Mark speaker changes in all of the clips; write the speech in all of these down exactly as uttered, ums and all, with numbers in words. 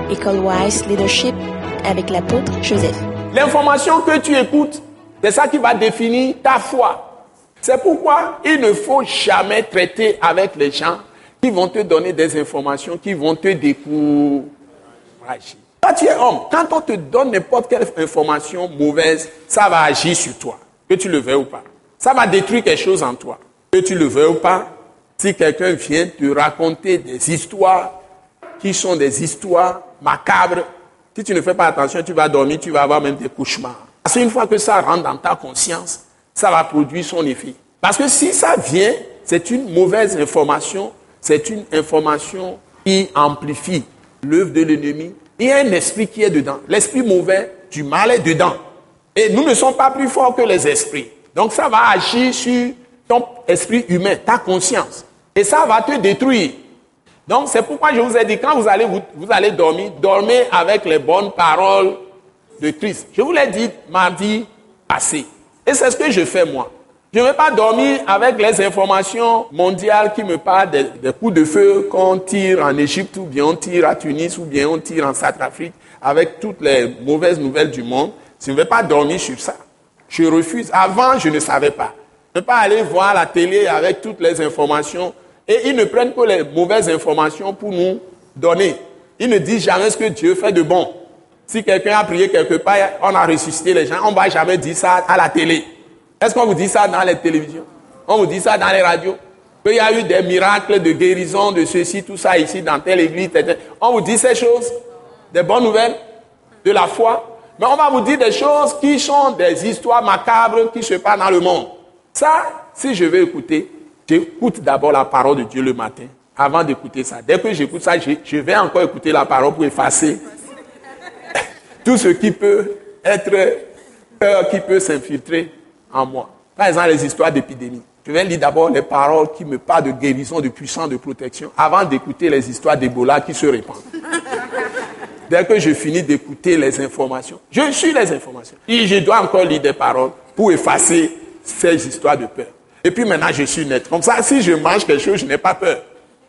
Speaker 1: École Wise Leadership avec l'apôtre Joseph.
Speaker 2: L'information que tu écoutes, c'est ça qui va définir ta foi. C'est pourquoi il ne faut jamais traiter avec les gens qui vont te donner des informations, qui vont te décourager. Quand tu es homme, quand on te donne n'importe quelle information mauvaise, ça va agir sur toi, que tu le veuilles ou pas. Ça va détruire quelque chose en toi, que tu le veuilles ou pas. Si quelqu'un vient te raconter des histoires qui sont des histoires macabres, si tu ne fais pas attention, tu vas dormir, tu vas avoir même des cauchemars. Parce qu'une fois que ça rentre dans ta conscience, ça va produire son effet. Parce que si ça vient, c'est une mauvaise information, c'est une information qui amplifie l'œuvre de l'ennemi. Il y a un esprit qui est dedans. L'esprit mauvais, du mal est dedans. Et nous ne sommes pas plus forts que les esprits. Donc ça va agir sur ton esprit humain, ta conscience. Et ça va te détruire. Donc c'est pourquoi je vous ai dit, quand vous allez, vous, vous allez dormir, dormez avec les bonnes paroles de Christ. Je vous l'ai dit mardi passé. Et c'est ce que je fais moi. Je ne vais pas dormir avec les informations mondiales qui me parlent des, des coups de feu qu'on tire en Égypte, ou bien on tire à Tunis, ou bien on tire en Centrafrique, avec toutes les mauvaises nouvelles du monde. Je ne vais pas dormir sur ça. Je refuse. Avant, je ne savais pas. Je ne vais pas aller voir la télé avec toutes les informations. Et ils ne prennent que les mauvaises informations pour nous donner. Ils ne disent jamais ce que Dieu fait de bon. Si quelqu'un a prié quelque part, on a ressuscité les gens, on ne va jamais dire ça à la télé. Est-ce qu'on vous dit ça dans les télévisions? On vous dit ça dans les radios? Qu'il y a eu des miracles de guérison, de ceci, tout ça ici, dans telle église, telle, telle. On vous dit ces choses, des bonnes nouvelles, de la foi. Mais on va vous dire des choses qui sont des histoires macabres qui se passent dans le monde. Ça, si je veux écouter, j'écoute d'abord la parole de Dieu le matin, avant d'écouter ça. Dès que j'écoute ça, je, je vais encore écouter la parole pour effacer tout ce qui peut être peur, qui peut s'infiltrer en moi. Par exemple, les histoires d'épidémie. Je vais lire d'abord les paroles qui me parlent de guérison, de puissance, de protection, avant d'écouter les histoires d'Ebola qui se répandent. Dès que je finis d'écouter les informations, je suis les informations. Et je dois encore lire des paroles pour effacer ces histoires de peur. Et puis maintenant, je suis net. Comme ça, si je mange quelque chose, je n'ai pas peur.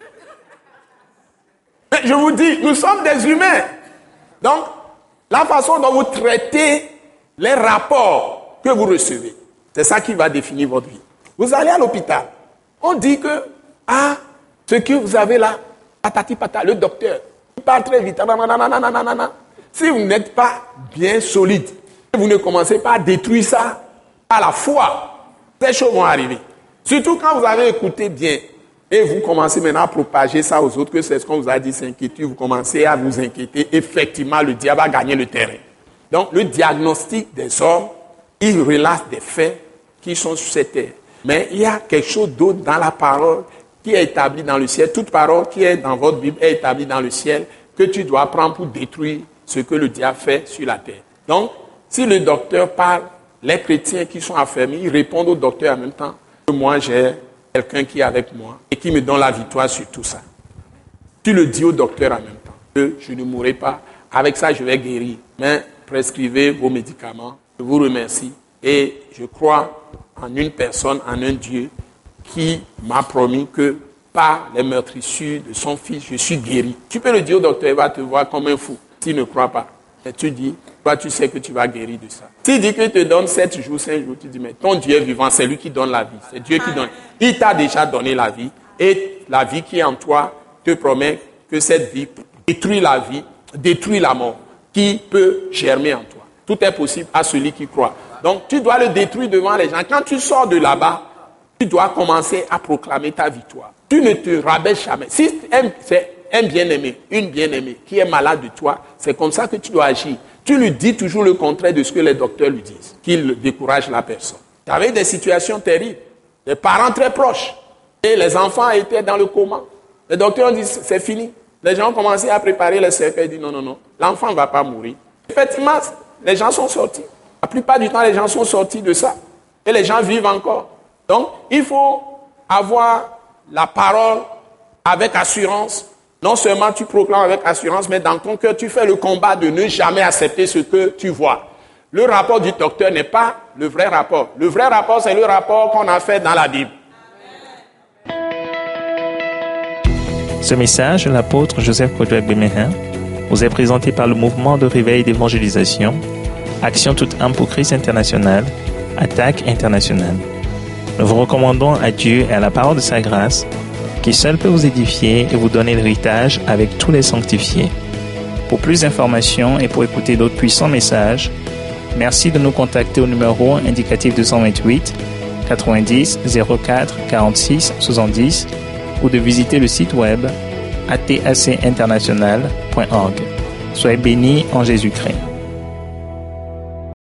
Speaker 2: Mais je vous dis, nous sommes des humains. Donc, la façon dont vous traitez les rapports que vous recevez, c'est ça qui va définir votre vie. Vous allez à l'hôpital. On dit que, ah, ce que vous avez là, patati patata, le docteur, il parle très vite. Nanana. Si vous n'êtes pas bien solide, vous ne commencez pas à détruire ça à la fois, ces choses vont arriver. Surtout quand vous avez écouté bien et vous commencez maintenant à propager ça aux autres, que c'est ce qu'on vous a dit, c'est inquiétude, vous commencez à vous inquiéter. Effectivement, le diable a gagné le terrain. Donc, le diagnostic des hommes, il relate des faits qui sont sur cette terre. Mais il y a quelque chose d'autre dans la parole qui est établie dans le ciel. Toute parole qui est dans votre Bible est établie dans le ciel, que tu dois prendre pour détruire ce que le diable fait sur la terre. Donc, si le docteur parle, les chrétiens qui sont affermis, ils répondent au docteur en même temps. Moi, j'ai quelqu'un qui est avec moi et qui me donne la victoire sur tout ça. Tu le dis au docteur en même temps, que je ne mourrai pas. Avec ça, je vais guérir. Mais prescrivez vos médicaments. Je vous remercie. Et je crois en une personne, en un Dieu qui m'a promis que par les meurtrissures de son fils, je suis guéri. Tu peux le dire au docteur, il va te voir comme un fou. S'il ne croit pas. Et tu dis, toi tu sais que tu vas guérir de ça. S'il dit qu'il te donne sept jours, cinq jours, tu dis, mais ton Dieu est vivant, c'est lui qui donne la vie. C'est Dieu qui donne. Il t'a déjà donné la vie. Et la vie qui est en toi te promet que cette vie détruit la vie, détruit la mort, qui peut germer en toi. Tout est possible à celui qui croit. Donc tu dois le détruire devant les gens. Quand tu sors de là-bas, tu dois commencer à proclamer ta victoire. Tu ne te rabaisse jamais. Si c'est un bien-aimé, une bien-aimée qui est malade de toi, c'est comme ça que tu dois agir. Tu lui dis toujours le contraire de ce que les docteurs lui disent, qu'il décourage la personne. Tu avais des situations terribles, des parents très proches, et les enfants étaient dans le coma. Les docteurs ont dit, c'est fini. Les gens ont commencé à préparer les cercueils, ils disent, non, non, non, l'enfant ne va pas mourir. Effectivement, les gens sont sortis. La plupart du temps, les gens sont sortis de ça. Et les gens vivent encore. Donc, il faut avoir la parole avec assurance. Non seulement tu proclames avec assurance, mais dans ton cœur, tu fais le combat de ne jamais accepter ce que tu vois. Le rapport du docteur n'est pas le vrai rapport. Le vrai rapport, c'est le rapport qu'on a fait dans la Bible.
Speaker 3: Ce message, l'apôtre Joseph Kodouak Bemehin, vous est présenté par le mouvement de réveil d'évangélisation, Action toute âme pour Christ international, Attaque internationale. Nous vous recommandons à Dieu et à la parole de sa grâce, qui seul peut vous édifier et vous donner l'héritage avec tous les sanctifiés. Pour plus d'informations et pour écouter d'autres puissants messages, merci de nous contacter au numéro indicatif deux cent vingt-huit, quatre-vingt-dix, zéro quatre, quarante-six, soixante-dix ou de visiter le site web a t a c international point org. Soyez bénis en Jésus-Christ.